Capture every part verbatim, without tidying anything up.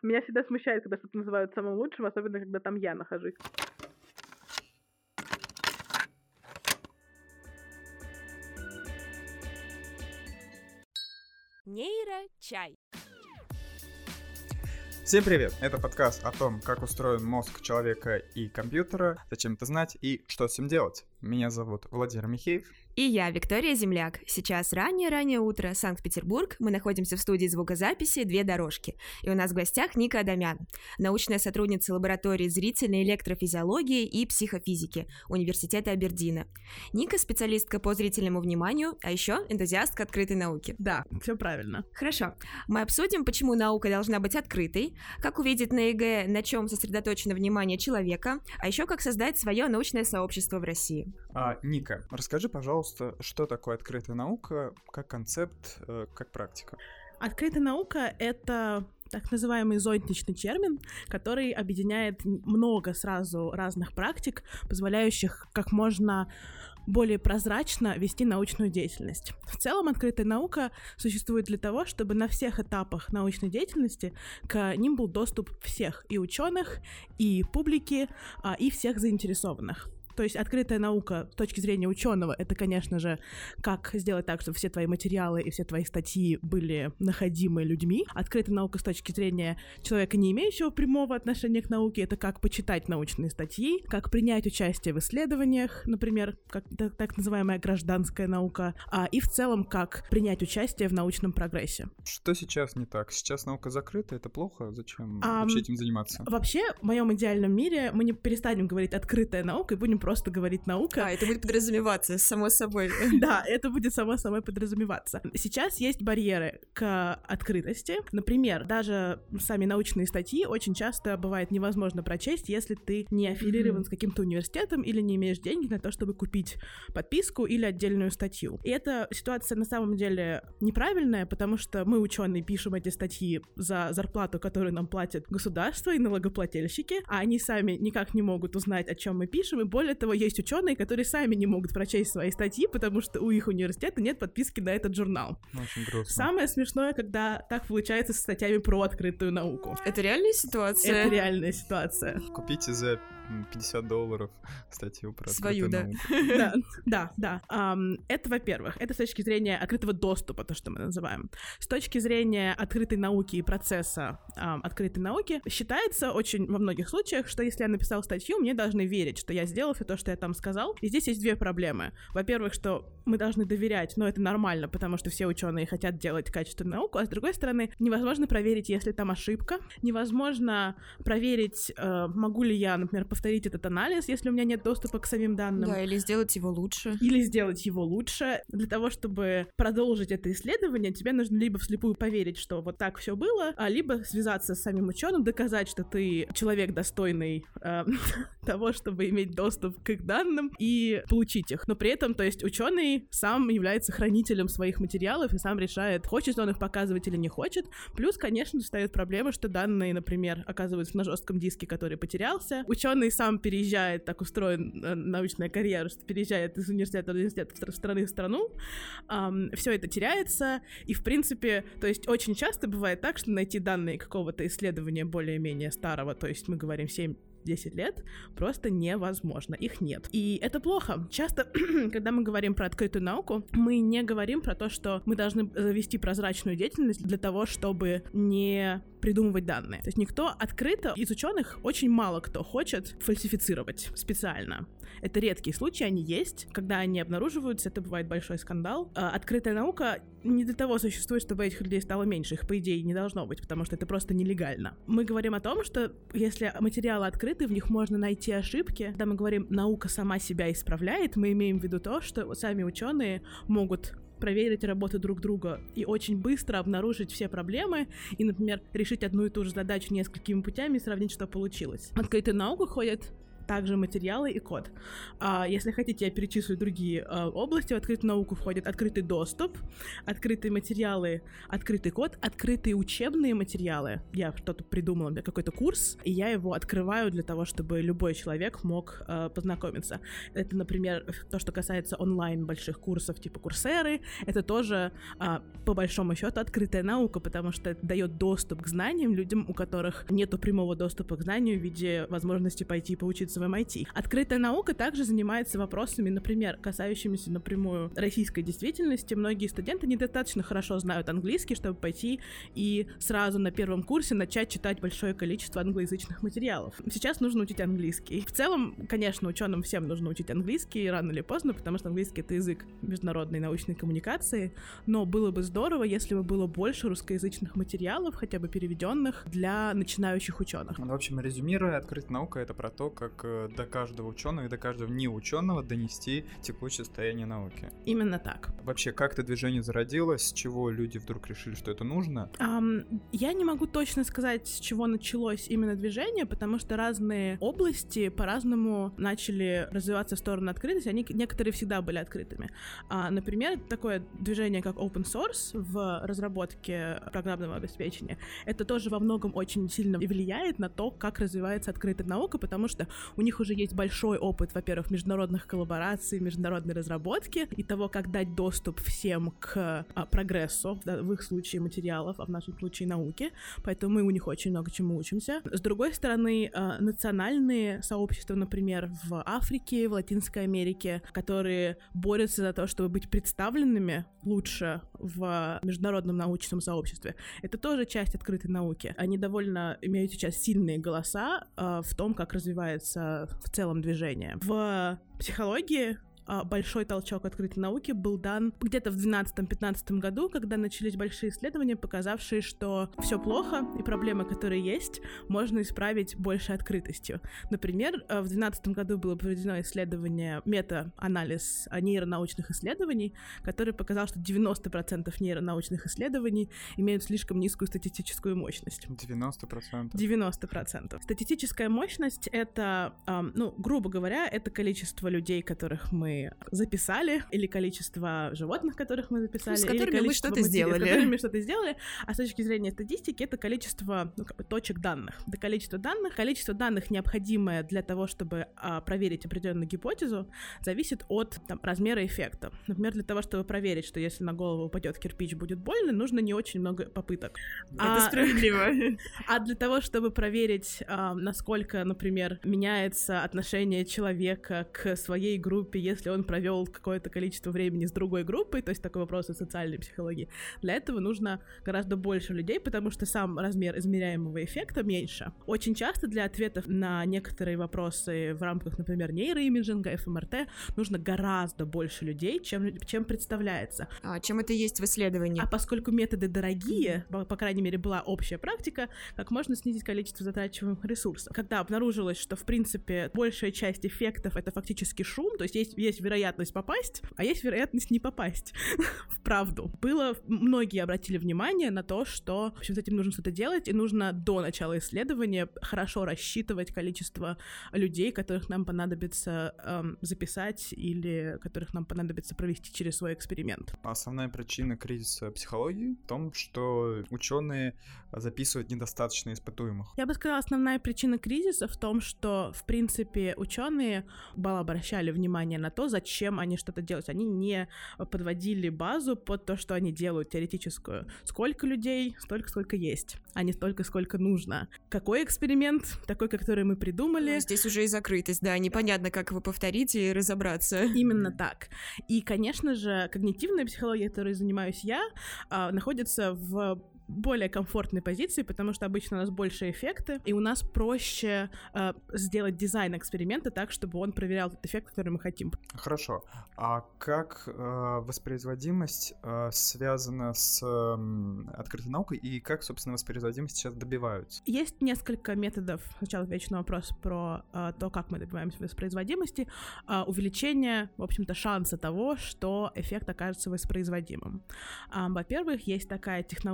Меня всегда смущает, когда что-то называют самым лучшим, особенно когда там я нахожусь. Нейрочай. Всем привет! Это подкаст о том, как устроен мозг человека и компьютера, зачем это знать и что с этим делать. Меня зовут Владимир Михеев. И я, Виктория Земляк. Сейчас раннее-раннее утро, Санкт-Петербург. Мы находимся в студии звукозаписи «Две дорожки». И у нас в гостях Ника Адамян, научная сотрудница лаборатории зрительной электрофизиологии и психофизики Университета Абердина. Ника — специалистка по зрительному вниманию, а еще энтузиастка открытой науки. Да, все правильно. Хорошо. Мы обсудим, почему наука должна быть открытой, как увидеть на ЕГЭ, на чем сосредоточено внимание человека, а еще как создать свое научное сообщество в России. А, Ника, расскажи, пожалуйста, что такое открытая наука, как концепт, как практика? Открытая наука — это так называемый зонтичный термин, который объединяет много сразу разных практик, позволяющих как можно более прозрачно вести научную деятельность. В целом, открытая наука существует для того, чтобы на всех этапах научной деятельности к ним был доступ всех, и ученых, и публики, и всех заинтересованных. То есть открытая наука с точки зрения ученого — это, конечно же, как сделать так, чтобы все твои материалы и все твои статьи были находимы людьми. Открытая наука с точки зрения человека, не имеющего прямого отношения к науке — это как почитать научные статьи, как принять участие в исследованиях, например, как так, так называемая гражданская наука, а, и в целом как принять участие в научном прогрессе. Что сейчас не так? Сейчас наука закрыта, это плохо? Зачем а, вообще этим заниматься? Вообще, в моем идеальном мире мы не перестанем говорить «открытая наука» и будем просто говорить «наука». А, это будет подразумеваться, само собой. Да, это будет само собой подразумеваться. Сейчас есть барьеры к открытости. Например, даже сами научные статьи очень часто бывает невозможно прочесть, если ты не аффилирован mm-hmm. с каким-то университетом или не имеешь деньги на то, чтобы купить подписку или отдельную статью. И эта ситуация на самом деле неправильная, потому что мы, ученые, пишем эти статьи за зарплату, которую нам платит государство и налогоплательщики, а они сами никак не могут узнать, о чем мы пишем, и более того, есть ученые, которые сами не могут прочесть свои статьи, потому что у их университета нет подписки на этот журнал. Очень грустно. Самое смешное, когда так получается со статьями про открытую науку. Это реальная ситуация? Это реальная ситуация. Купите за пятьдесят долларов статью про свою, да. науку. Да, да, да. Um, это, во-первых, это с точки зрения открытого доступа, то, что мы называем. С точки зрения открытой науки и процесса um, открытой науки, считается очень во многих случаях, что если я написал статью, мне должны верить, что я сделал все то, что я там сказал. И здесь есть две проблемы. Во-первых, что мы должны доверять, но это нормально, потому что все ученые хотят делать качественную науку, а с другой стороны, невозможно проверить, если там ошибка, невозможно проверить, э, могу ли я, например, повторить этот анализ, если у меня нет доступа к самим данным. Да, или сделать его лучше. Или сделать его лучше. Для того, чтобы продолжить это исследование, тебе нужно либо вслепую поверить, что вот так все было, а либо связаться с самим ученым, доказать, что ты человек достойный э, того, чтобы иметь доступ к их данным и получить их. Но при этом, то есть ученый сам является хранителем своих материалов и сам решает, хочет он их показывать или не хочет. Плюс, конечно, встает проблема, что данные, например, оказываются на жестком диске, который потерялся. Ученый сам переезжает, так устроен научная карьера, что переезжает из университета в университет, в страны в страну. Um, все это теряется. И, в принципе, то есть очень часто бывает так, что найти данные какого-то исследования более-менее старого, то есть мы говорим семь-десять лет, просто невозможно, их нет. И это плохо. Часто, когда мы говорим про открытую науку, мы не говорим про то, что мы должны завести прозрачную деятельность для того, чтобы не придумывать данные. То есть никто открыто, из ученых очень мало кто хочет фальсифицировать специально. Это редкие случаи, они есть. Когда они обнаруживаются, это бывает большой скандал. А открытая наука не для того существует, чтобы этих людей стало меньше. Их, по идее, не должно быть, потому что это просто нелегально. Мы говорим о том, что если материалы открыты, в них можно найти ошибки. Когда мы говорим «наука сама себя исправляет», мы имеем в виду то, что сами ученые могут проверить работу друг друга и очень быстро обнаружить все проблемы и, например, решить одну и ту же задачу несколькими путями и сравнить, что получилось. В открытую науку ходят также материалы и код. А, если хотите, я перечислю другие а, области. В открытую науку входит открытый доступ, открытые материалы, открытый код, открытые учебные материалы. Я что-то придумала, у меня какой-то курс, и я его открываю для того, чтобы любой человек мог а, познакомиться. Это, например, то, что касается онлайн больших курсов типа Курсеры. Это тоже, а, по большому счету, открытая наука, потому что это дает доступ к знаниям людям, у которых нету прямого доступа к знанию в виде возможности пойти поучиться в эм ай ти. Открытая наука также занимается вопросами, например, касающимися напрямую российской действительности. Многие студенты недостаточно хорошо знают английский, чтобы пойти и сразу на первом курсе начать читать большое количество англоязычных материалов. Сейчас нужно учить английский. В целом, конечно, ученым всем нужно учить английский рано или поздно, потому что английский — это язык международной научной коммуникации, но было бы здорово, если бы было больше русскоязычных материалов, хотя бы переведенных, для начинающих ученых. В общем, резюмируя, открытая наука — это про то, как до каждого ученого и до каждого неученого донести текущее состояние науки. Именно так. Вообще, как это движение зародилось, с чего люди вдруг решили, что это нужно? Um, я не могу точно сказать, с чего началось именно движение, потому что разные области по-разному начали развиваться в сторону открытости, они некоторые всегда были открытыми. Uh, например, такое движение, как open source в разработке программного обеспечения, это тоже во многом очень сильно влияет на то, как развивается открытая наука, потому что у них уже есть большой опыт, во-первых, международных коллабораций, международной разработки и того, как дать доступ всем к а, прогрессу, да, в их случае материалов, а в нашем случае науки, поэтому мы у них очень много чему учимся. С другой стороны, а, национальные сообщества, например, в Африке, в Латинской Америке, которые борются за то, чтобы быть представленными лучше в международном научном сообществе, это тоже часть открытой науки. Они довольно имеют сейчас сильные голоса а, в том, как развивается в целом движение. В психологии большой толчок открытой науки был дан где-то в двенадцатом-пятнадцатом году, когда начались большие исследования, показавшие, что все плохо, и проблемы, которые есть, можно исправить большей открытостью. Например, в двенадцатом году было проведено исследование, мета-анализ нейронаучных исследований, который показал, что девяносто процентов нейронаучных исследований имеют слишком низкую статистическую мощность. девяносто процентов? девяносто процентов. Статистическая мощность — это, эм, ну, грубо говоря, это количество людей, которых мы записали, или количество животных, которых мы записали, с которыми мы что-то материалов, сделали. с которыми мы что-то сделали, а с точки зрения статистики это количество, ну, как бы, точек данных. Это количество данных. Количество данных, необходимое для того, чтобы а, проверить определенную гипотезу, зависит от там, размера эффекта. Например, для того, чтобы проверить, что если на голову упадет кирпич, будет больно, нужно не очень много попыток. Это а, справедливо. А для того, чтобы проверить, а, насколько, например, меняется отношение человека к своей группе, если он провел какое-то количество времени с другой группой, то есть такой вопрос о социальной психологии, для этого нужно гораздо больше людей, потому что сам размер измеряемого эффекта меньше. Очень часто для ответов на некоторые вопросы в рамках, например, нейроимиджинга, эф эм эр тэ, нужно гораздо больше людей, чем, чем представляется. А чем это есть в исследовании? А поскольку методы дорогие, по, по крайней мере, была общая практика, как можно снизить количество затрачиваемых ресурсов. Когда обнаружилось, что, в принципе, большая часть эффектов — это фактически шум, то есть есть есть вероятность попасть, а есть вероятность не попасть в правду. Было, многие обратили внимание на то, что, в общем, с этим нужно что-то делать, и нужно до начала исследования хорошо рассчитывать количество людей, которых нам понадобится эм, записать или которых нам понадобится провести через свой эксперимент. Основная причина кризиса психологии в том, что ученые записывают недостаточно испытуемых. Я бы сказала, основная причина кризиса в том, что, в принципе, ученые мало обращали внимание на то, зачем они что-то делают. Они не подводили базу под то, что они делают, теоретическую. Сколько людей, столько, сколько есть, а не столько, сколько нужно. Какой эксперимент? Такой, который мы придумали. Ну, здесь уже и закрытость, да, непонятно, как его повторить и разобраться. Именно так. И, конечно же, когнитивная психология, которой занимаюсь я, находится в более комфортной позиции, потому что обычно у нас больше эффекты, и у нас проще э, сделать дизайн эксперимента так, чтобы он проверял тот эффект, который мы хотим. Хорошо. А как э, воспроизводимость э, связана с э, открытой наукой, и как, собственно, воспроизводимость сейчас добиваются? Есть несколько методов. Сначала отвечу на вопрос про э, то, как мы добиваемся воспроизводимости. Э, увеличение, в общем-то, шанса того, что эффект окажется воспроизводимым. Э, во-первых, есть такая технология, которая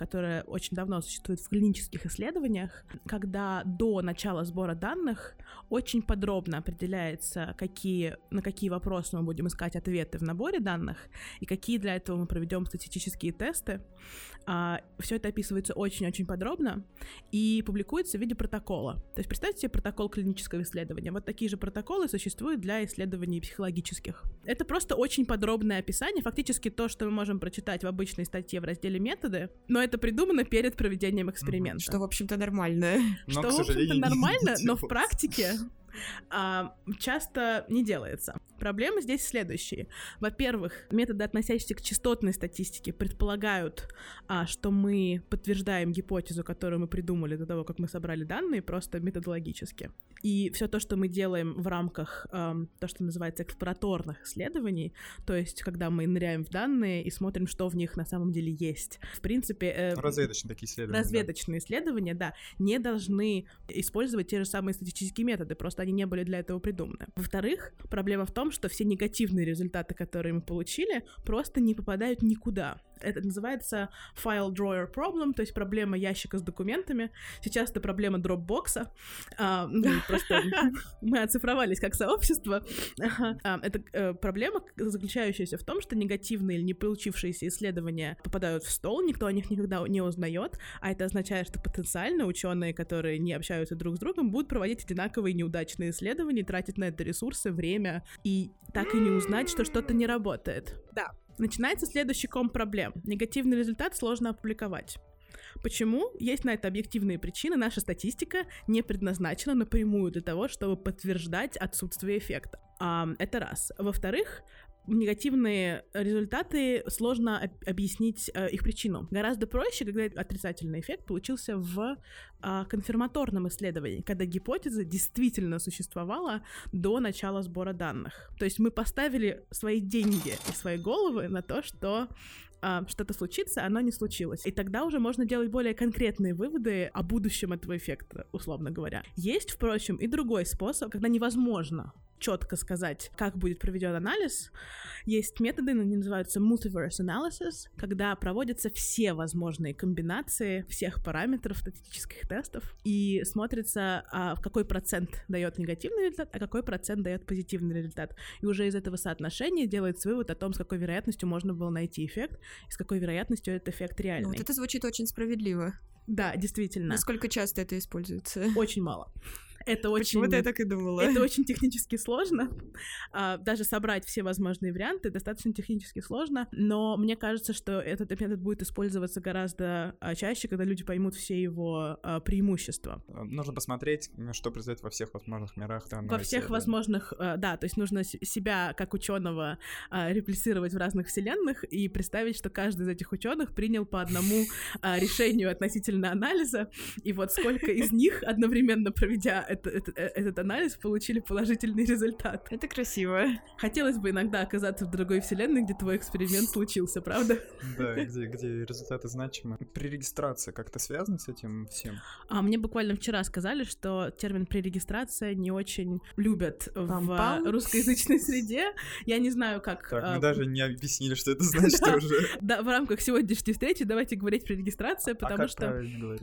которая очень давно существует в клинических исследованиях, когда до начала сбора данных очень подробно определяется, какие, на какие вопросы мы будем искать ответы в наборе данных и какие для этого мы проведем статистические тесты. А, все это описывается очень-очень подробно и публикуется в виде протокола. То есть представьте себе протокол клинического исследования. Вот такие же протоколы существуют для исследований психологических. Это просто очень подробное описание, фактически то, что мы можем прочитать в обычной статье в разделе «Методы», но это придумано перед проведением эксперимента. Что, в общем-то, нормально. Что, в общем-то, нормально, но в практике а, часто не делается. Проблемы здесь следующие. Во-первых, методы, относящиеся к частотной статистике, предполагают, а, что мы подтверждаем гипотезу, которую мы придумали до того, как мы собрали данные, просто методологически. И все то, что мы делаем в рамках а, то, что называется эксплораторных исследований, то есть когда мы ныряем в данные и смотрим, что в них на самом деле есть. В принципе... Э, разведочные такие исследования. Разведочные да. исследования, да, не должны использовать те же самые статистические методы, просто они не были для этого придуманы. Во-вторых, проблема в том, что все негативные результаты, которые мы получили, просто не попадают никуда. Это называется file drawer problem, то есть проблема ящика с документами. Сейчас это проблема дропбокса. А, ну, просто мы оцифровались как сообщество. А, это а, проблема, заключающаяся в том, что негативные или не получившиеся исследования попадают в стол, никто о них никогда не узнает, а это означает, что потенциально ученые, которые не общаются друг с другом, будут проводить одинаковые неудачные исследования, тратить на это ресурсы, время, и так и не узнать, что что-то не работает. Да. Начинается следующий ком проблем. Негативный результат сложно опубликовать. Почему? Есть на это объективные причины. Наша статистика не предназначена напрямую для того, чтобы подтверждать отсутствие эффекта. А, это раз. Во-вторых, негативные результаты сложно об- объяснить э, их причину. Гораздо проще, когда отрицательный эффект получился в э, конфирматорном исследовании, когда гипотеза действительно существовала до начала сбора данных. То есть мы поставили свои деньги и свои головы на то, что Uh, что-то случится, оно не случилось. И тогда уже можно делать более конкретные выводы о будущем этого эффекта, условно говоря. Есть, впрочем, и другой способ, когда невозможно четко сказать, как будет проведен анализ. Есть методы, они называются multiverse analysis, когда проводятся все возможные комбинации всех параметров статистических тестов и смотрится, а, в какой процент дает негативный результат, а какой процент дает позитивный результат. И уже из этого соотношения делается вывод о том, с какой вероятностью можно было найти эффект и с какой вероятностью этот эффект реальный. Ну, вот это звучит очень справедливо. Да, действительно. Насколько часто это используется? Очень мало. Это очень... Вот я так и думала. Это очень технически сложно. А, даже собрать все возможные варианты достаточно технически сложно, но мне кажется, что этот метод будет использоваться гораздо а, чаще, когда люди поймут все его а, преимущества. Нужно посмотреть, что происходит во всех возможных мирах. Там, во всех да. возможных... А, да, то есть нужно себя, как ученого, а, реплицировать в разных вселенных и представить, что каждый из этих ученых принял по одному а, решению относительно анализа, и вот сколько из них, одновременно проведя это, это, этот анализ, получили положительный результат. Это красиво. Хотелось бы иногда оказаться в другой вселенной, где твой эксперимент случился, правда? Да, где, где результаты значимы. Пререгистрация как-то связана с этим всем? А мне буквально вчера сказали, что термин пререгистрация не очень любят Пам-пам. в русскоязычной среде. Я не знаю, как... Так, а... мы даже не объяснили, что это значит уже. Да, в рамках сегодняшней встречи давайте говорить пререгистрация, потому что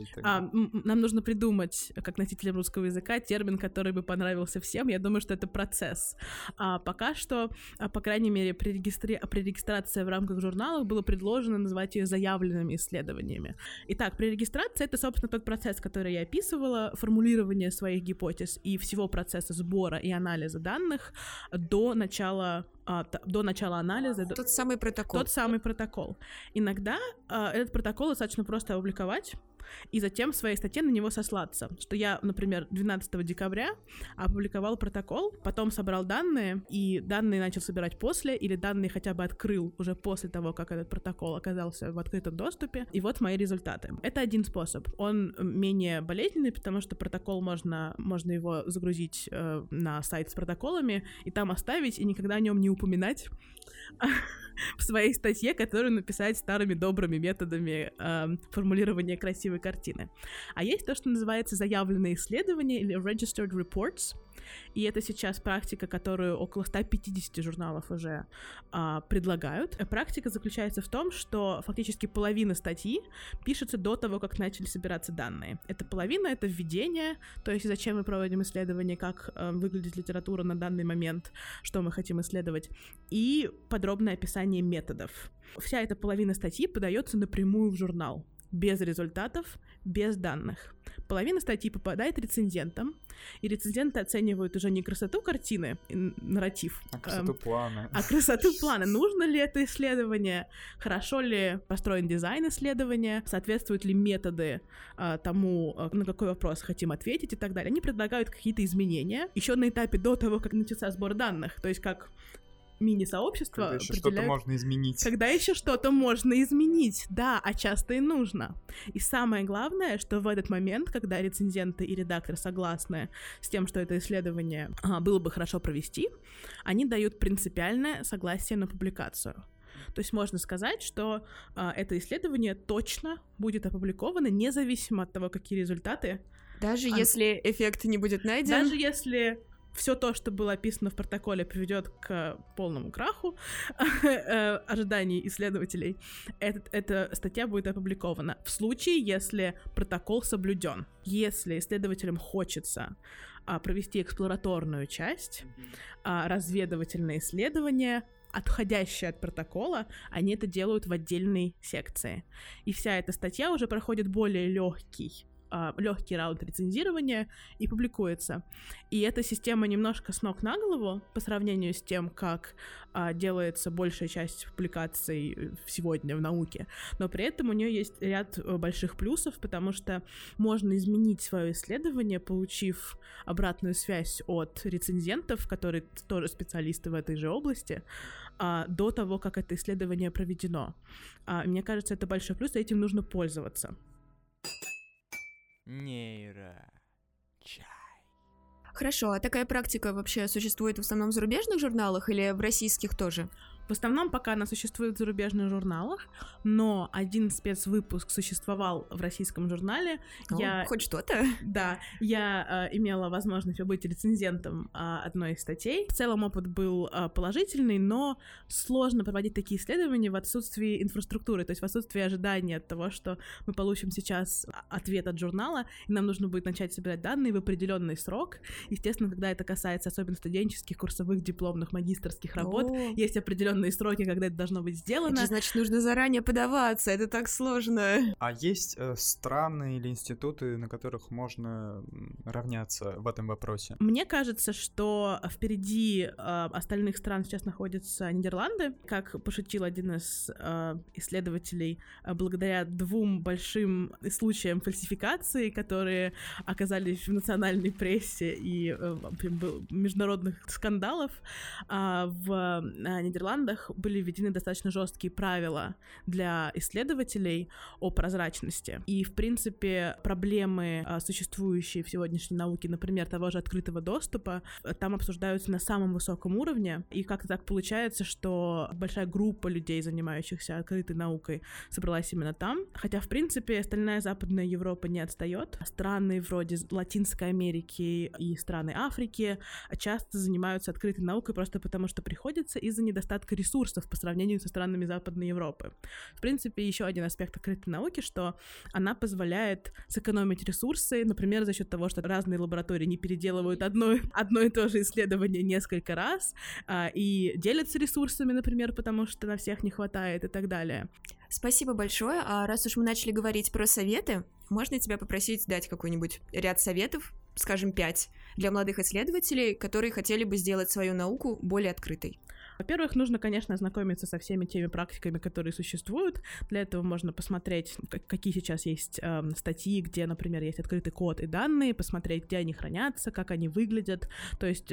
нам нужно придумать, как носителям русского языка, термин, который бы понравился всем. Я думаю, что это процесс. А пока что, по крайней мере, пререгистри... пререгистрация в рамках журналов было предложено назвать ее заявленными исследованиями. Итак, пререгистрация — это, собственно, тот процесс, который я описывала, формулирование своих гипотез и всего процесса сбора и анализа данных до начала А, т- до начала анализа. Тот самый протокол. Тот самый протокол. Иногда а, этот протокол достаточно просто опубликовать и затем в своей статье на него сослаться. Что я, например, двенадцатого декабря опубликовал протокол, потом собрал данные, и данные начал собирать после, или данные хотя бы открыл уже после того, как этот протокол оказался в открытом доступе, и вот мои результаты. Это один способ. Он менее болезненный, потому что протокол можно, можно его загрузить э, на сайт с протоколами, и там оставить, и никогда о нем не упоминать в своей статье, которую написать старыми добрыми методами э, формулирования красивой картины. А есть то, что называется заявленные исследования или registered reports. И это сейчас практика, которую около ста пятидесяти журналов уже а, предлагают. Практика заключается в том, что фактически половина статьи пишется до того, как начали собираться данные. Это половина, это введение, то есть зачем мы проводим исследование, как э, выглядит литература на данный момент, что мы хотим исследовать, и подробное описание методов. Вся эта половина статьи подается напрямую в журнал, без результатов, без данных. Половина статьи попадает рецензентам, и рецензенты оценивают уже не красоту картины, нарратив, а красоту эм, плана. А красоту плана. Нужно ли это исследование, хорошо ли построен дизайн исследования, соответствуют ли методы э, тому, на какой вопрос хотим ответить и так далее. Они предлагают какие-то изменения еще на этапе до того, как начался сбор данных, то есть как мини-сообщество когда еще что-то можно изменить. Когда еще что-то можно изменить, да, а часто и нужно. И самое главное, что в этот момент, когда рецензенты и редактор согласны с тем, что это исследование а, было бы хорошо провести, они дают принципиальное согласие на публикацию. То есть можно сказать, что а, это исследование точно будет опубликовано, независимо от того, какие результаты. Даже а... если эффект не будет найден? Даже если все то, что было описано в протоколе, приведет к полному краху ожиданий исследователей, Этот, эта статья будет опубликована в случае, если протокол соблюден. Если исследователям хочется а, провести эксплораторную часть, а, разведывательные исследования, отходящие от протокола, они это делают в отдельной секции. И вся эта статья уже проходит более легкий легкий раунд рецензирования и публикуется. И эта система немножко с ног на голову по сравнению с тем, как а, делается большая часть публикаций сегодня в науке, но при этом у нее есть ряд больших плюсов, потому что можно изменить свое исследование, получив обратную связь от рецензентов, которые тоже специалисты в этой же области, а, до того, как это исследование проведено. А, мне кажется, это большой плюс, и этим нужно пользоваться. Нейро. Чай. Хорошо, а такая практика вообще существует в основном в зарубежных журналах или в российских тоже? В основном пока она существует в зарубежных журналах, но один спецвыпуск существовал в российском журнале. О, я... Хоть что-то. Да, я э, имела возможность быть рецензентом э, одной из статей. В целом опыт был э, положительный, но сложно проводить такие исследования в отсутствии инфраструктуры, то есть в отсутствии ожидания от того, что мы получим сейчас ответ от журнала, и нам нужно будет начать собирать данные в определенный срок. Естественно, когда это касается особенно студенческих, курсовых, дипломных, магистерских работ, О. есть определенные сроки, когда это должно быть сделано. Это значит, нужно заранее подаваться, это так сложно. А есть э, страны или институты, на которых можно равняться в этом вопросе? Мне кажется, что впереди э, остальных стран сейчас находятся Нидерланды. Как пошутил один из э, исследователей, э, благодаря двум большим случаям фальсификации, которые оказались в национальной прессе и э, международных скандалов, э, в э, Нидерландах были введены достаточно жесткие правила для исследователей о прозрачности. И, в принципе, проблемы, существующие в сегодняшней науке, например, того же открытого доступа, там обсуждаются на самом высоком уровне. И как-то так получается, что большая группа людей, занимающихся открытой наукой, собралась именно там. Хотя, в принципе, остальная Западная Европа не отстает. Страны вроде Латинской Америки и страны Африки часто занимаются открытой наукой просто потому, что приходится из-за недостатка ресурсов по сравнению со странами Западной Европы. В принципе, еще один аспект открытой науки, что она позволяет сэкономить ресурсы, например, за счет того, что разные лаборатории не переделывают одно, одно и то же исследование несколько раз а, и делятся ресурсами, например, потому что на всех не хватает и так далее. Спасибо большое. А раз уж мы начали говорить про советы, можно тебя попросить дать какой-нибудь ряд советов, скажем, пять, для молодых исследователей, которые хотели бы сделать свою науку более открытой? Во-первых, нужно, конечно, ознакомиться со всеми теми практиками, которые существуют. Для этого можно посмотреть, какие сейчас есть э, статьи, где, например, есть открытый код и данные, посмотреть, где они хранятся, как они выглядят, то есть э,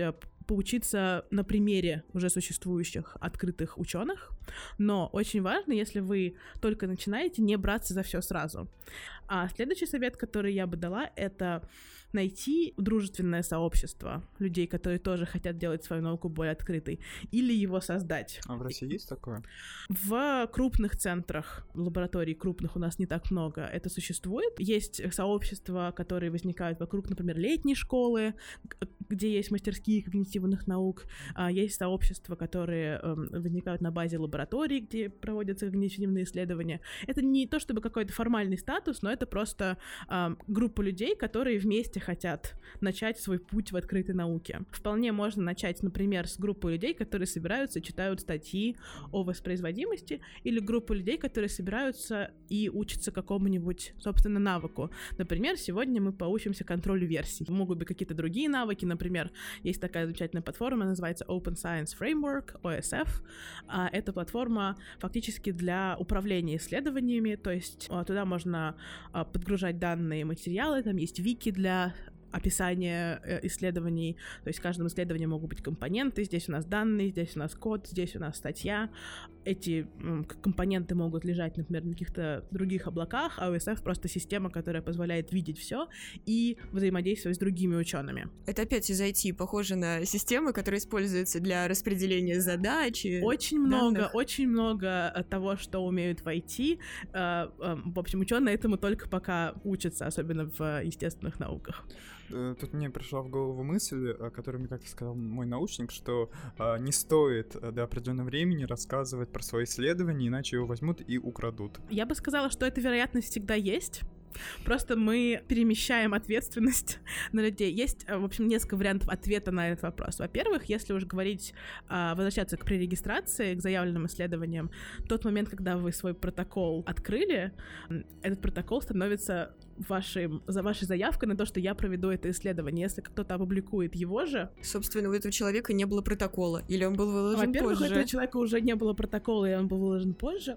поучиться на примере уже существующих открытых ученых, но очень важно, если вы только начинаете, не браться за все сразу. А следующий совет, который я бы дала, это найти дружественное сообщество людей, которые тоже хотят делать свою науку более открытой, или его создать. А в России есть такое? В крупных центрах, лабораторий крупных у нас не так много, это существует. Есть сообщества, которые возникают вокруг, например, летней школы, где есть мастерские когнитивных наук. Есть сообщества, которые возникают на базе лабораторий, где проводятся когнитивные исследования. Это не то чтобы какой-то формальный статус, но это просто группа людей, которые вместе хотят начать свой путь в открытой науке. Вполне можно начать, например, с группы людей, которые собираются и читают статьи о воспроизводимости, или группу людей, которые собираются и учатся какому-нибудь, собственно, навыку. Например, сегодня мы поучимся контролю версий. Могут быть какие-то другие навыки, например, есть такая замечательная платформа, называется Open Science Framework, о эс эф. Это платформа фактически для управления исследованиями, то есть туда можно подгружать данные материалы, там есть вики для описание исследований, то есть в каждом исследовании могут быть компоненты, здесь у нас данные, здесь у нас код, здесь у нас статья. Эти компоненты могут лежать, например, на каких-то других облаках, а о эс эф просто система, которая позволяет видеть все и взаимодействовать с другими учеными. Это опять из ай ти похоже на системы, которые используются для распределения задач. Очень много, очень много того, что умеют в ай ти. В общем, ученые этому только пока учатся, особенно в естественных науках. Тут мне пришла в голову мысль, которую мне как-то сказал мой научник, что а, не стоит до определенного времени рассказывать про свои исследования, иначе его возьмут и украдут. Я бы сказала, что эта вероятность всегда есть. Просто мы перемещаем ответственность на людей. Есть, в общем, несколько вариантов ответа на этот вопрос. Во-первых, если уж говорить, возвращаться к пререгистрации, к заявленным исследованиям, тот момент, когда вы свой протокол открыли, этот протокол становится вашим, за вашей заявкой на то, что я проведу это исследование. Если кто-то опубликует его же... Собственно, у этого человека не было протокола, или он был выложен во-первых, позже. Во-первых, у этого человека уже не было протокола, и он был выложен позже.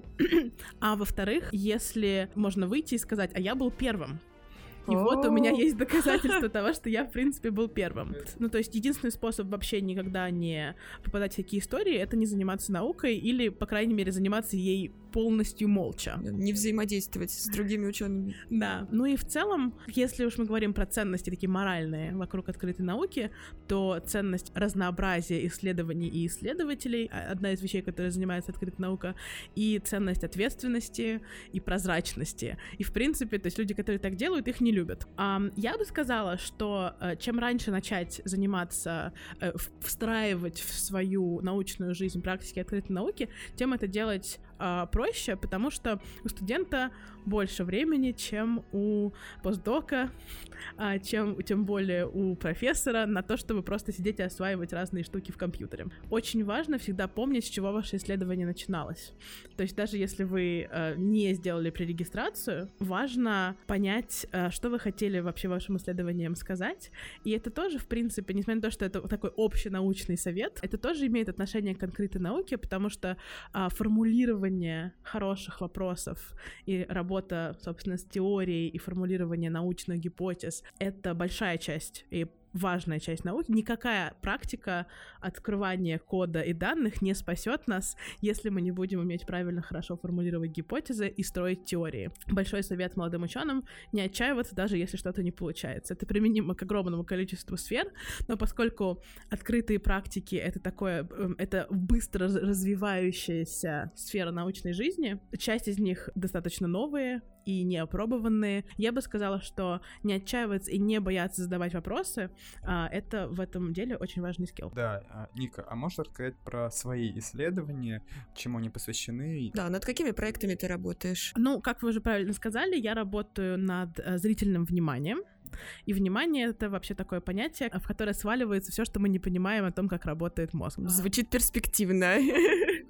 А во-вторых, если можно выйти и сказать, а я был первым. И вот у меня есть доказательства того, что я, в принципе, был первым. Ну, то есть единственный способ вообще никогда не попадать в такие истории — это не заниматься наукой или, по крайней мере, заниматься ей полностью молча. Не взаимодействовать с другими учеными. Да. Ну и в целом, если уж мы говорим про ценности такие моральные вокруг открытой науки, то ценность разнообразия исследований и исследователей — одна из вещей, которой занимается открытая наука, и ценность ответственности и прозрачности. И, в принципе, то есть люди, которые так делают, их не любят. А, я бы сказала, что чем раньше начать заниматься, встраивать в свою научную жизнь практики открытой науки, тем это делать а, проще, потому что у студента больше времени, чем у постдока, а, чем тем более у профессора, на то, чтобы просто сидеть и осваивать разные штуки в компьютере. Очень важно всегда помнить, с чего ваше исследование начиналось. То есть даже если вы а, не сделали пререгистрацию, важно понять, а, что вы хотели вообще вашим исследованием сказать. И это тоже, в принципе, несмотря на то, что это такой общенаучный совет, это тоже имеет отношение к открытой науке, потому что а, формулирование хороших вопросов и работа, собственно, с теорией и формулирование научных гипотез — это большая часть и важная часть науки. Никакая практика открывания кода и данных не спасет нас, если мы не будем уметь правильно, хорошо формулировать гипотезы и строить теории. Большой совет молодым ученым — не отчаиваться, даже если что-то не получается. Это применимо к огромному количеству сфер, но поскольку открытые практики — это такое, это быстро развивающаяся сфера научной жизни, часть из них достаточно новые и неопробованные. Я бы сказала, что не отчаиваться и не бояться задавать вопросы — это в этом деле очень важный скилл. Да, Ника, а можешь рассказать про свои исследования, чему они посвящены? Да, над какими проектами ты работаешь? Ну, как вы уже правильно сказали, я работаю над зрительным вниманием. И внимание — это вообще такое понятие, в которое сваливается все, что мы не понимаем о том, как работает мозг. Звучит перспективно.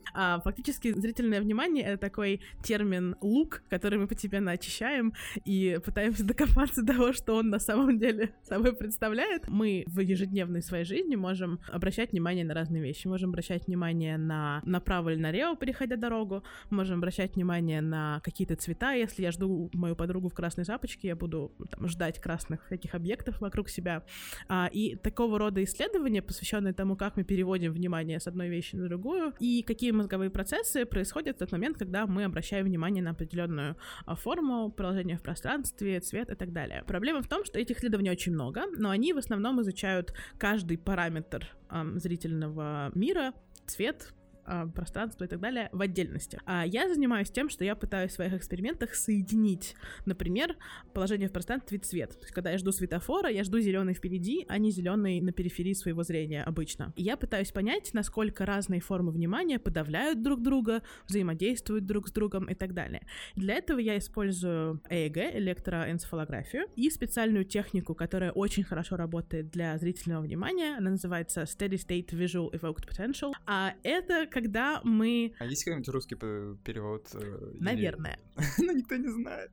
А фактически зрительное внимание — это такой термин «лук», который мы постепенно очищаем и пытаемся докопаться до того, что он на самом деле собой представляет. Мы в ежедневной своей жизни можем обращать внимание на разные вещи. Можем обращать внимание на направо или налево, переходя дорогу. Можем обращать внимание на какие-то цвета. Если я жду мою подругу в красной шапочке, я буду там ждать красных всяких объектов вокруг себя. А, и такого рода исследования, посвященные тому, как мы переводим внимание с одной вещи на другую, и какие мозговые процессы происходят в тот момент, когда мы обращаем внимание на определенную форму, положение в пространстве, цвет и так далее. Проблема в том, что этих исследований очень много, но они в основном изучают каждый параметр эм, зрительного мира, цвет, пространство и так далее в отдельности. А я занимаюсь тем, что я пытаюсь в своих экспериментах соединить, например, положение в пространстве и цвет. То есть, когда я жду светофора, я жду зеленый впереди, а не зеленый на периферии своего зрения обычно. И я пытаюсь понять, насколько разные формы внимания подавляют друг друга, взаимодействуют друг с другом и так далее. Для этого я использую и и джи, электроэнцефалографию, и специальную технику, которая очень хорошо работает для зрительного внимания. Она называется Steady State Visual Evoked Potential. А это когда мы... А есть какой-нибудь русский перевод? Наверное. Ну, никто не знает.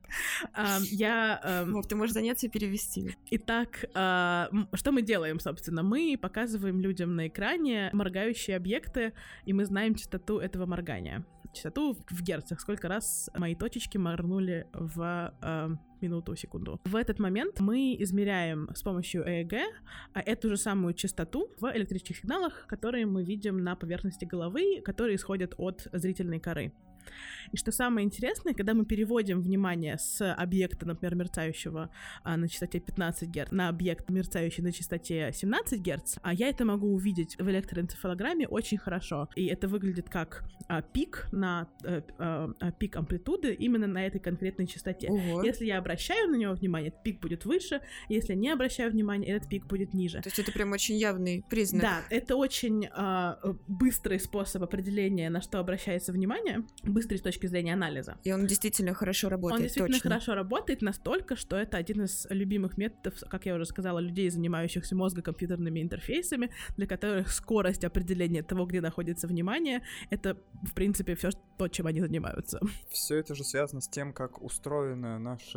Я... Вов, ты можешь заняться и перевести. Итак, что мы делаем, собственно? Мы показываем людям на экране моргающие объекты, и мы знаем частоту этого моргания. Частоту в герцах, сколько раз мои точечки моргнули в минуту, секунду. В этот момент мы измеряем с помощью и и джи эту же самую частоту в электрических сигналах, которые мы видим на поверхности головы, которые исходят от зрительной коры. И что самое интересное, когда мы переводим внимание с объекта, например, мерцающего а, на частоте пятнадцать герц на объект, мерцающий на частоте семнадцать герц, а я это могу увидеть в электроэнцефалограмме очень хорошо. И это выглядит как а, пик на а, а, пик амплитуды именно на этой конкретной частоте. Ого. Если я обращаю на него внимание, этот пик будет выше, если не обращаю внимания, этот пик будет ниже. То есть это прям очень явный признак. Да, это очень а, быстрый способ определения, на что обращается внимание, быстрый с точки зрения анализа. И он действительно хорошо работает, Он действительно точно. хорошо работает настолько, что это один из любимых методов, как я уже сказала, людей, занимающихся мозгокомпьютерными интерфейсами, для которых скорость определения того, где находится внимание, это, в принципе, все то, чем они занимаются. Все это же связано с тем, как устроено наше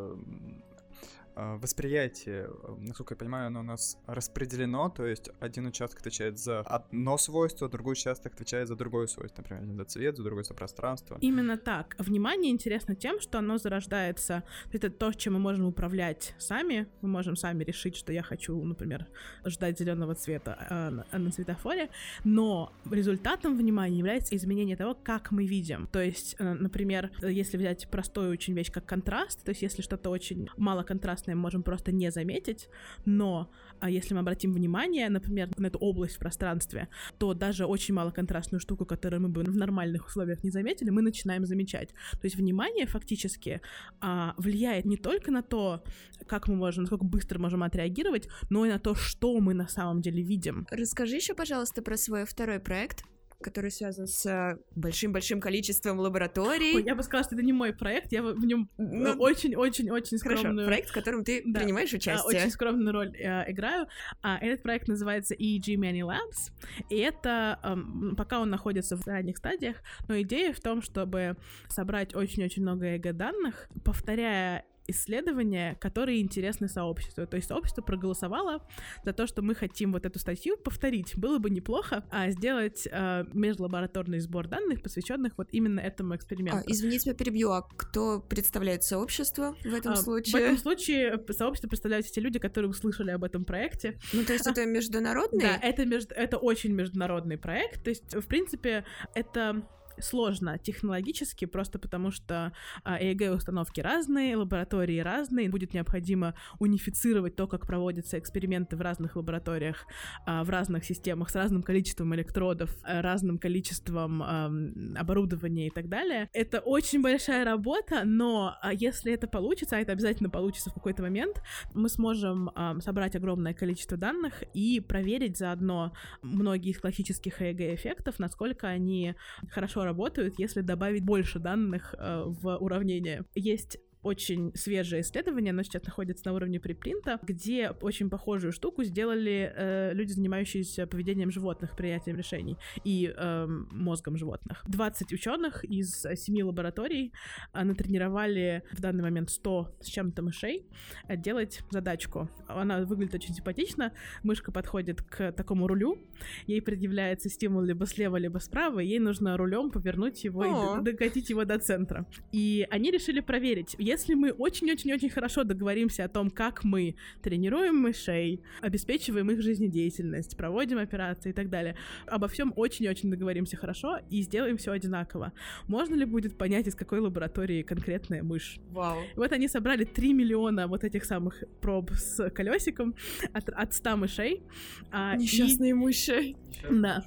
восприятие, насколько я понимаю, оно у нас распределено, то есть один участок отвечает за одно свойство, другой участок отвечает за другое свойство, например, один за цвет, за другое за пространство. Именно так. Внимание интересно тем, что оно зарождается, это то, чем мы можем управлять сами, мы можем сами решить, что я хочу, например, ждать зеленого цвета э, на светофоре, но результатом внимания является изменение того, как мы видим. То есть, э, например, если взять простую очень вещь, как контраст, то есть если что-то очень малоконтрастное, мы можем просто не заметить, но а если мы обратим внимание, например, на эту область в пространстве, то даже очень малоконтрастную штуку, которую мы бы в нормальных условиях не заметили, мы начинаем замечать. То есть внимание фактически а, влияет не только на то, как мы можем, насколько быстро можем отреагировать, но и на то, что мы на самом деле видим. Расскажи еще, пожалуйста, про свой второй проект, который связан с большим-большим количеством лабораторий. Ой, я бы сказала, что это не мой проект, я в нем очень-очень-очень Хорошо, скромную... проект, в котором ты да, принимаешь участие. Очень скромную роль э, играю. А, этот проект называется и и джи Many Labs, и это, э, пока он находится в ранних стадиях, но идея в том, чтобы собрать очень-очень много и и джи данных, повторяя исследования, которые интересны сообществу. То есть сообщество проголосовало за то, что мы хотим вот эту статью повторить. Было бы неплохо а, сделать а, межлабораторный сбор данных, посвященных вот именно этому эксперименту. А, извини, тебя перебью, а кто представляет сообщество в этом а, случае? В этом случае сообщество представляют те люди, которые услышали об этом проекте. Ну, то есть это международный? Да, это, между... это очень международный проект. То есть, в принципе, это... сложно технологически, просто потому что а, и и джи-установки разные, лаборатории разные, будет необходимо унифицировать то, как проводятся эксперименты в разных лабораториях, а, в разных системах, с разным количеством электродов, а, разным количеством а, оборудования и так далее. Это очень большая работа, но а, если это получится, а это обязательно получится в какой-то момент, мы сможем а, собрать огромное количество данных и проверить заодно многие из классических и и джи-эффектов, насколько они хорошо работают, если добавить больше данных э, в уравнение. Есть очень свежее исследование, оно сейчас находится на уровне препринта, где очень похожую штуку сделали э, люди, занимающиеся поведением животных, принятием решений и э, мозгом животных. двадцать ученых из семи лабораторий э, натренировали в данный момент сто с чем-то мышей э, делать задачку. Она выглядит очень симпатично. Мышка подходит к такому рулю, ей предъявляется стимул либо слева, либо справа, и ей нужно рулем повернуть его О. и докатить его до центра. И они решили проверить, если мы очень-очень-очень хорошо договоримся о том, как мы тренируем мышей, обеспечиваем их жизнедеятельность, проводим операции и так далее, обо всем очень-очень договоримся хорошо и сделаем все одинаково. Можно ли будет понять, из какой лаборатории конкретная мышь? Вау. Вот они собрали три миллиона вот этих самых проб с колесиком от, от ста мышей. Несчастные и... мыши. Да.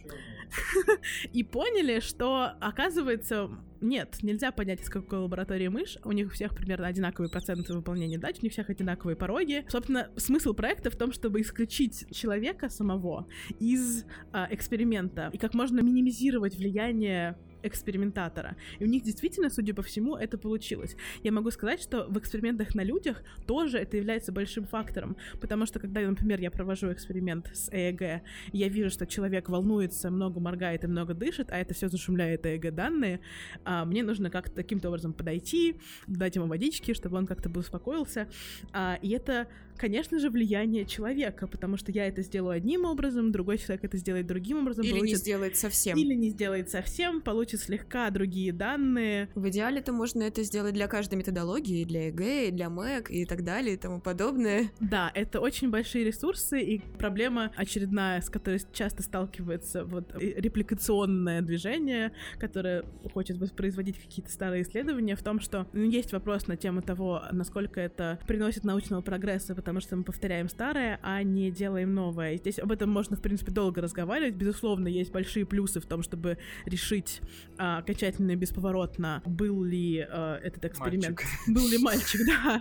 И поняли, что, оказывается, нет, нельзя понять, из какой лаборатории мышь. У них у всех примерно одинаковые проценты выполнения задач, у них всех одинаковые пороги. Собственно, смысл проекта в том, чтобы исключить человека самого из а, эксперимента и как можно минимизировать влияние экспериментатора. И у них действительно, судя по всему, это получилось. Я могу сказать, что в экспериментах на людях тоже это является большим фактором, потому что когда, например, я провожу эксперимент с ЭЭГ, я вижу, что человек волнуется, много моргает и много дышит, а это все зашумляет ЭЭГ данные, а мне нужно как-то таким-то образом подойти, дать ему водички, чтобы он как-то бы успокоился. А, и это, конечно же, влияние человека, потому что я это сделаю одним образом, другой человек это сделает другим образом. Или получит... не сделает совсем. Или не сделает совсем, получит слегка другие данные. В идеале-то можно это сделать для каждой методологии, для ЭГЭ, для МЭК и так далее и тому подобное. Да, это очень большие ресурсы, и проблема очередная, с которой часто сталкивается вот репликационное движение, которое хочет воспроизводить какие-то старые исследования, в том, что ну, есть вопрос на тему того, насколько это приносит научного прогресса, потому что мы повторяем старое, а не делаем новое. И здесь об этом можно, в принципе, долго разговаривать. Безусловно, есть большие плюсы в том, чтобы решить а, окончательно и бесповоротно, был ли а, этот эксперимент. Мальчик. Был ли мальчик, да.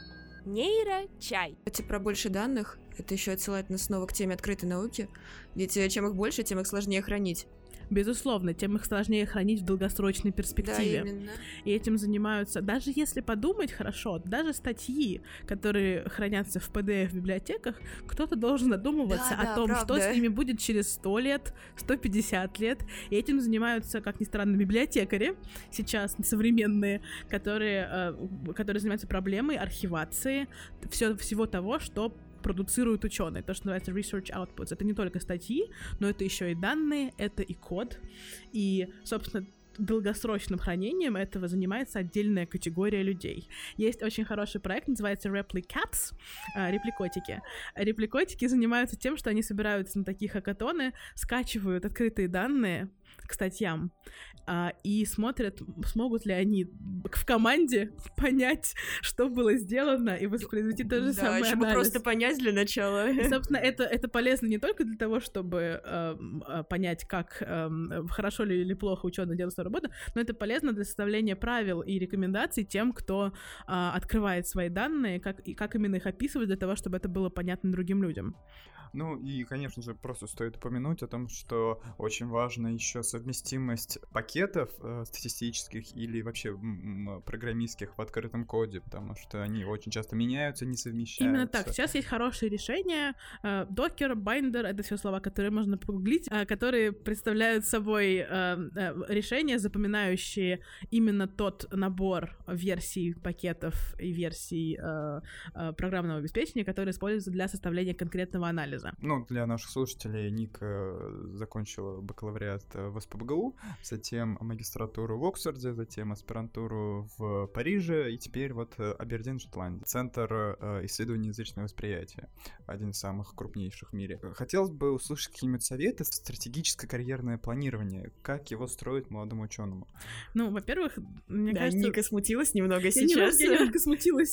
Нейрочай. Кстати, про больше данных, это еще отсылает нас снова к теме открытой науки, ведь чем их больше, тем их сложнее хранить. Безусловно, тем их сложнее хранить в долгосрочной перспективе. Да, именно. И этим занимаются, даже если подумать хорошо, даже статьи, которые хранятся в пи ди эф-библиотеках, кто-то должен задумываться да, о да, том, правда. что с ними будет через сто лет, сто пятьдесят лет. И этим занимаются, как ни странно, библиотекари сейчас современные, которые, э, которые занимаются проблемой архивации все, всего того, что продуцируют ученые, то, что называется research outputs. Это не только статьи, но это еще и данные, это и код. И, собственно, долгосрочным хранением этого занимается отдельная категория людей. Есть очень хороший проект, называется Replicats, э, репликотики. Репликотики занимаются тем, что они собираются на такие хакатоны, скачивают открытые данные к статьям а, и смотрят, смогут ли они в команде понять, что было сделано, и воспроизвести то же да, самое чтобы анализ. просто понять для начала. И, собственно, это, это полезно не только для того, чтобы э, понять, как э, хорошо ли или плохо ученый делает свою работу, но это полезно для составления правил и рекомендаций тем, кто э, открывает свои данные, как, и как именно их описывать для того, чтобы это было понятно другим людям. Ну и, конечно же, просто стоит упомянуть о том, что очень важна еще совместимость пакетов э, статистических или вообще м- программистских в открытом коде, потому что они очень часто меняются, не совмещаются. Именно так. Сейчас есть хорошие решения. Docker, Binder — это все слова, которые можно погуглить, которые представляют собой решения, запоминающие именно тот набор версий пакетов и версий программного обеспечения, которые используются для составления конкретного анализа. Ну, для наших слушателей, Ника закончила бакалавриат в эс пэ бэ гэ у, затем магистратуру в Оксфорде, затем аспирантуру в Париже, и теперь вот Абердин, Шотландия. Центр исследований язычного восприятия, один из самых крупнейших в мире. Хотелось бы услышать какие-нибудь советы, стратегическое карьерное планирование, как его строить молодому ученому. Ну, во-первых, мне да, кажется... Ника смутилась немного я сейчас. Немного, я немного смутилась,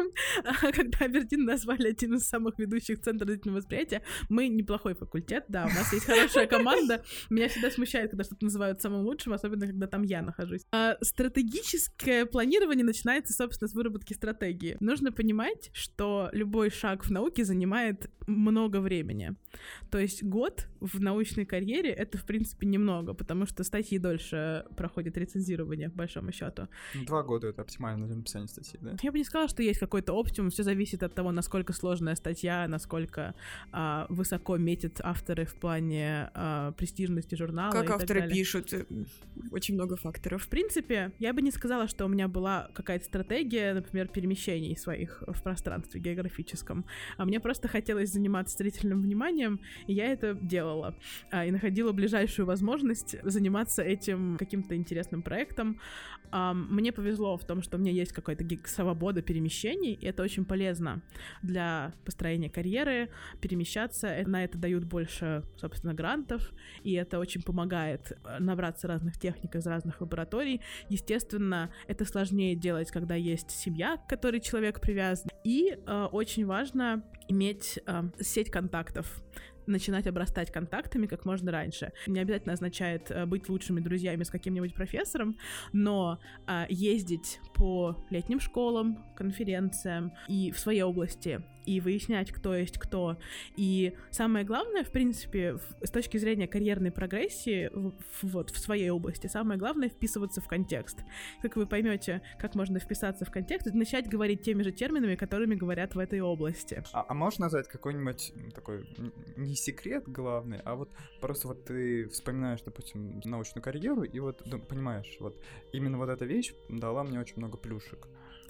когда Абердин назвали один из самых ведущих центров язычного восприятия. Мы неплохой факультет, да, у нас есть хорошая команда. Меня всегда смущает удивляет, когда что-то называют самым лучшим, особенно когда там я нахожусь. А стратегическое планирование начинается, собственно, с выработки стратегии. Нужно понимать, что любой шаг в науке занимает много времени. То есть год в научной карьере — это, в принципе, немного, потому что статьи дольше проходят рецензирование, по большому счету. Два года — это оптимально для написания статьи, да? Я бы не сказала, что есть какой-то оптимум, все зависит от того, насколько сложная статья, насколько а, высоко метят авторы в плане а, престижности журнала. Как и так авторы далее. пишут, очень много факторов. В принципе, я бы не сказала, что у меня была какая-то стратегия, например, перемещений своих в пространстве географическом. А мне просто хотелось заниматься зрительным вниманием, и я это делала. А, и находила ближайшую возможность заниматься этим каким-то интересным проектом. А, мне повезло в том, что у меня есть какая-то свобода перемещений, и это очень полезно для построения карьеры, перемещаться. На это дают больше, собственно, грантов, и это очень помогает набраться разных техник из разных лабораторий. Естественно, это сложнее делать, когда есть семья, к которой человек привязан. И э, очень важно иметь э, сеть контактов, начинать обрастать контактами как можно раньше. Не обязательно означает э, быть лучшими друзьями с каким-нибудь профессором, но э, ездить по летним школам, конференциям и в своей области, и выяснять, кто есть кто. И самое главное, в принципе, в, с точки зрения карьерной прогрессии в, в, вот, в своей области, самое главное — вписываться в контекст. Как вы поймете, как можно вписаться в контекст, это начать говорить теми же терминами, которыми говорят в этой области. А, а можешь назвать какой-нибудь такой, не секрет главный, а вот просто вот ты вспоминаешь, допустим, научную карьеру, и вот ну, понимаешь, вот именно вот эта вещь дала мне очень много плюшек.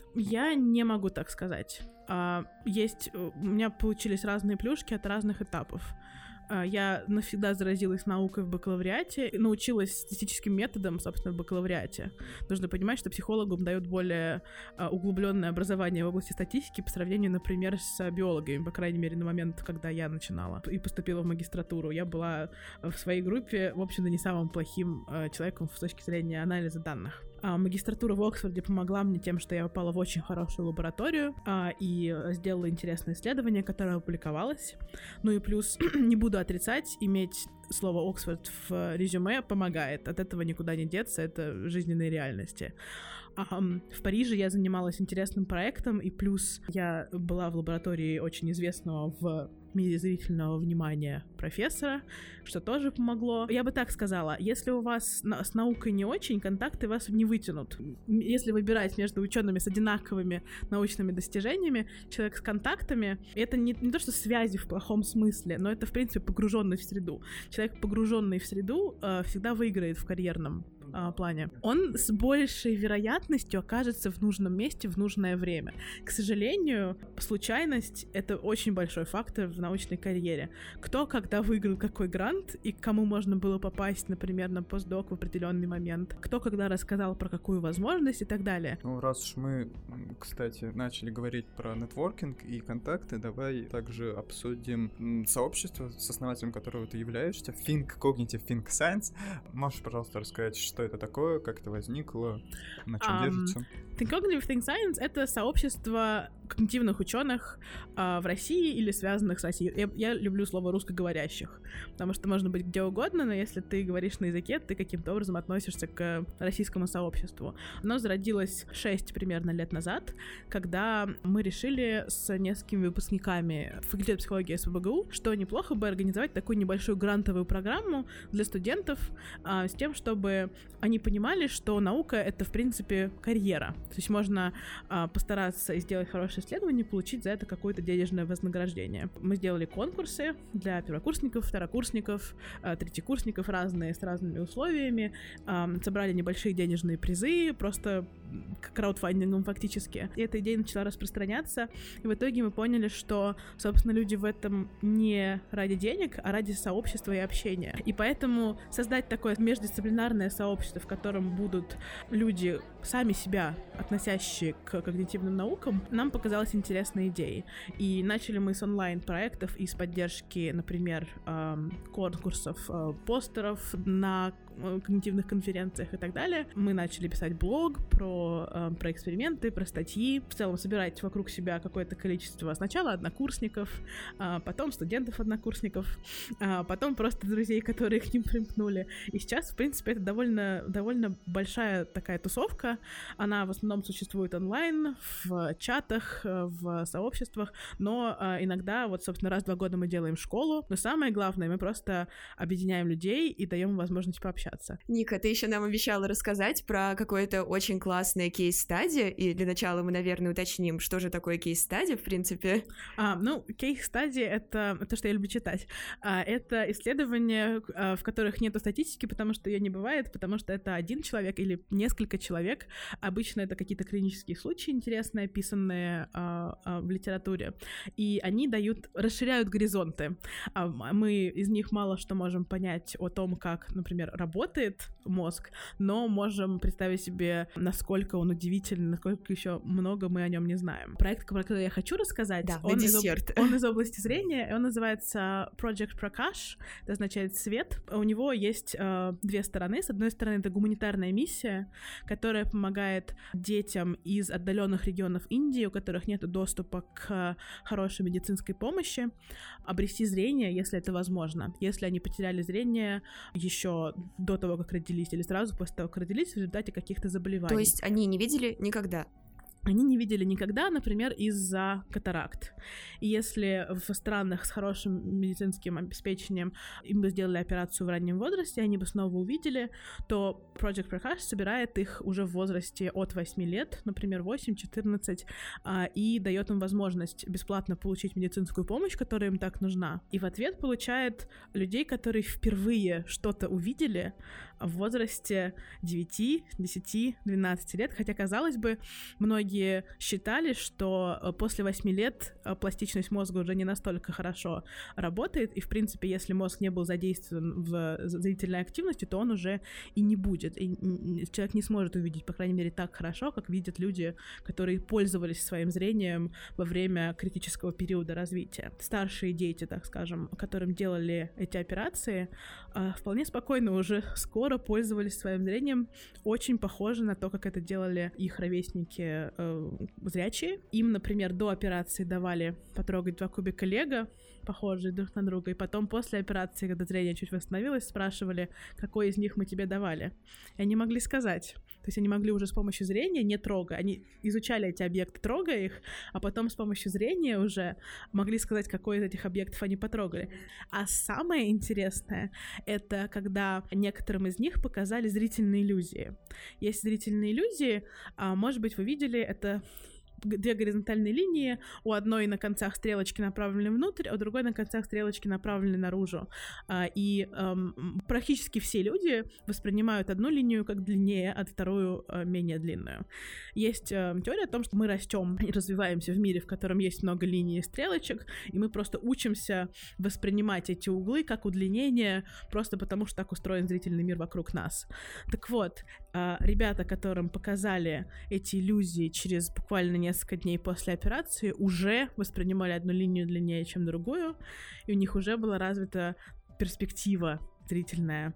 Я не могу так сказать. А, есть, у меня получились разные плюшки от разных этапов. А, я навсегда заразилась наукой в бакалавриате, научилась статистическим методам, собственно, в бакалавриате. Нужно понимать, что психологам дают более а, углубленное образование в области статистики по сравнению, например, с биологами, по крайней мере, на момент, когда я начинала и поступила в магистратуру. Я была в своей группе, в общем-то, не самым плохим а, человеком с точки зрения анализа данных. А, магистратура в Оксфорде помогла мне тем, что я попала в очень хорошую лабораторию а, и сделала интересное исследование, которое опубликовалось. Ну и плюс, не буду отрицать, иметь слово «Оксфорд» в резюме помогает. От этого никуда не деться, это жизненные реальности. А, в Париже я занималась интересным проектом, и плюс я была в лаборатории очень известного в мире зрительного внимания профессора, что тоже помогло. Я бы так сказала, если у вас на- с наукой не очень, контакты вас не вытянут. Если выбирать между учеными с одинаковыми научными достижениями, человек с контактами, это не, не то, что связи в плохом смысле, но это, в принципе, погруженный в среду. Человек, погруженный в среду, э, всегда выиграет в карьерном э, плане. Он с большей вероятностью окажется в нужном месте в нужное время. К сожалению, случайность — это очень большой фактор в научной карьере. Кто когда выиграл какой грант и к кому можно было попасть, например, на постдок в определенный момент. Кто когда рассказал про какую возможность и так далее. Ну, раз уж мы, кстати, начали говорить про нетворкинг и контакты, давай также обсудим сообщество, с основателем которого ты являешься, Think Cognitive Think Science. Можешь, пожалуйста, рассказать, что это такое, как это возникло, на чем um, держится? Think Cognitive Think Science — это сообщество когнитивных ученых а, в России или связанных с Россией. Я, я люблю слово русскоговорящих, потому что можно быть где угодно, но если ты говоришь на языке, ты каким-то образом относишься к российскому сообществу. Оно зародилось шесть примерно лет назад, когда мы решили с несколькими выпускниками факультета психологии эс вэ бэ гэ у, что неплохо бы организовать такую небольшую грантовую программу для студентов а, с тем, чтобы они понимали, что наука — это, в принципе, карьера. То есть можно а, постараться сделать хорошее исследование, получить за это какое-то денежное вознаграждение. Мы сделали конкурсы для первокурсников, второкурсников, а, третьекурсников, разные, с разными условиями, а, собрали небольшие денежные призы, просто краудфандингом фактически. И эта идея начала распространяться, и в итоге мы поняли, что, собственно, люди в этом не ради денег, а ради сообщества и общения. И поэтому создать такое междисциплинарное сообщество, в котором будут люди, сами себя относящие к когнитивным наукам, нам показалось интересной идеей. И начали мы с онлайн-проектов и с поддержки, например, конкурсов, постеров на когнитивных конференциях и так далее. Мы начали писать блог про, э, про эксперименты, про статьи, в целом собирать вокруг себя какое-то количество сначала однокурсников, а потом студентов-однокурсников, а потом просто друзей, которые к ним примкнули. И сейчас, в принципе, это довольно, довольно большая такая тусовка. Она в основном существует онлайн, в чатах, в сообществах, но а, иногда, вот, собственно, раз в два года мы делаем школу, но самое главное, мы просто объединяем людей и даем им возможность пообщаться. Ника, ты еще нам обещала рассказать про какое-то очень классное кейс-стади, и для начала мы, наверное, уточним, что же такое кейс-стади, в принципе. А, ну, кейс-стади — это то, что я люблю читать. А, это исследования, а, в которых нету статистики, потому что ее не бывает, потому что это один человек или несколько человек. Обычно это какие-то клинические случаи интересные, описанные а, а, в литературе, и они дают, расширяют горизонты. А, мы из них мало что можем понять о том, как, например, работает мозг, но можем представить себе, насколько он удивительный, насколько еще много мы о нем не знаем. Проект, про который я хочу рассказать, да, он, из, десерт. он из области зрения, он называется Project Prakash, это означает свет. У него есть э, две стороны. С одной стороны, это гуманитарная миссия, которая помогает детям из отдаленных регионов Индии, у которых нет доступа к хорошей медицинской помощи, обрести зрение, если это возможно. Если они потеряли зрение еще до того, как родились, или сразу после того, как родились, в результате каких-то заболеваний. То есть они не видели никогда? Они не видели никогда, например, из-за катаракт. И если в странах с хорошим медицинским обеспечением им бы сделали операцию в раннем возрасте, они бы снова увидели, то Project Prakash собирает их уже в возрасте от восьми лет, например, восемь-четырнадцать, и дает им возможность бесплатно получить медицинскую помощь, которая им так нужна. И в ответ получает людей, которые впервые что-то увидели в возрасте девяти, десяти, двенадцати лет, хотя, казалось бы, многие считали, что после восьми лет пластичность мозга уже не настолько хорошо работает, и, в принципе, если мозг не был задействован в зрительной активности, то он уже и не будет, и человек не сможет увидеть, по крайней мере, так хорошо, как видят люди, которые пользовались своим зрением во время критического периода развития. Старшие дети, так скажем, которым делали эти операции, вполне спокойно уже скоро пользовались своим зрением, очень похоже на то, как это делали их ровесники э, зрячие. Им, например, до операции давали потрогать два кубика лего, похожие друг на друга, и потом после операции, когда зрение чуть восстановилось, спрашивали, какой из них мы тебе давали. И они могли сказать. То есть они могли уже с помощью зрения, не трогая, они изучали эти объекты, трогая их, а потом с помощью зрения уже могли сказать, какой из этих объектов они потрогали. А самое интересное — это когда некоторым из них показали зрительные иллюзии. Есть зрительные иллюзии, а, может быть, вы видели, это две горизонтальные линии, у одной на концах стрелочки направлены внутрь, а у другой на концах стрелочки направлены наружу. И эм, практически все люди воспринимают одну линию как длиннее, а вторую э, менее длинную. Есть э, теория о том, что мы растем и развиваемся в мире, в котором есть много линий и стрелочек, и мы просто учимся воспринимать эти углы как удлинение, просто потому что так устроен зрительный мир вокруг нас. Так вот, э, ребята, которым показали эти иллюзии через буквально несколько несколько дней после операции, уже воспринимали одну линию длиннее, чем другую, и у них уже была развита перспектива зрительная.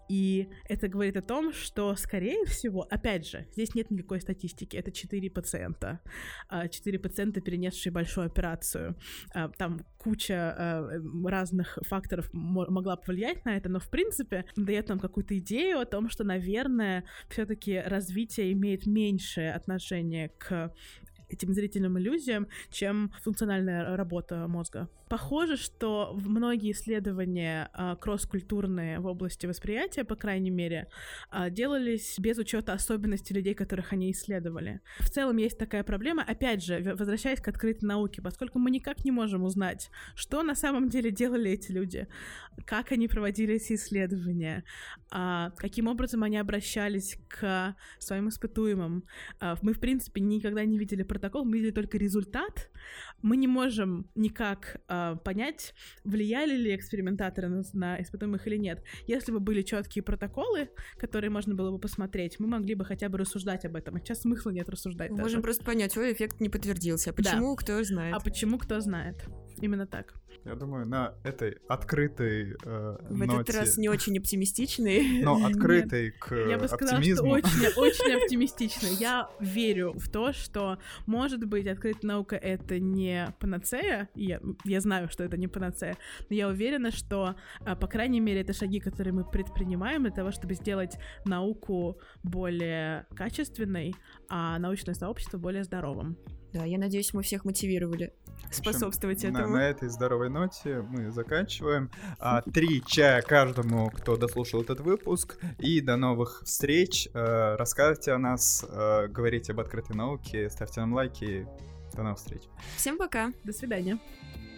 И это говорит о том, что, скорее всего, опять же, здесь нет никакой статистики, это четыре пациента, четыре пациента, перенесшие большую операцию. Там куча разных факторов могла повлиять на это, но, в принципе, дает нам какую-то идею о том, что, наверное, все-таки развитие имеет меньшее отношение к этим зрительным иллюзиям, чем функциональная работа мозга. Похоже, что многие исследования а, кросс-культурные в области восприятия, по крайней мере, а, делались без учета особенностей людей, которых они исследовали. В целом есть такая проблема, опять же, возвращаясь к открытой науке, поскольку мы никак не можем узнать, что на самом деле делали эти люди, как они проводили эти исследования, а, каким образом они обращались к своим испытуемым. А, мы, в принципе, никогда не видели протокол, мы видели только результат. Мы не можем никак э, понять, влияли ли экспериментаторы на, на испытуемых или нет. Если бы были четкие протоколы, которые можно было бы посмотреть, мы могли бы хотя бы рассуждать об этом. А сейчас смысла нет рассуждать. Мы даже. можем просто понять, ой, эффект не подтвердился. А почему, да. Кто знает. А почему, кто знает. Именно так. Я думаю, на этой открытой э, В ноте... этот раз не очень оптимистичный. Но открытой к Я бы сказала, что оптимизму. очень, очень оптимистично. Я верю в то, что, может быть, открытая наука — это не панацея, и я, я знаю, что это не панацея, но я уверена, что, а, по крайней мере, это шаги, которые мы предпринимаем для того, чтобы сделать науку более качественной, а научное сообщество более здоровым. Да, я надеюсь, мы всех мотивировали способствовать В общем, этому. На, на этой здоровой ноте мы заканчиваем. А, три чая каждому, кто дослушал этот выпуск. И до новых встреч. А, рассказывайте о нас, а, говорите об открытой науке, ставьте нам лайки. До новых встреч. Всем пока! До свидания.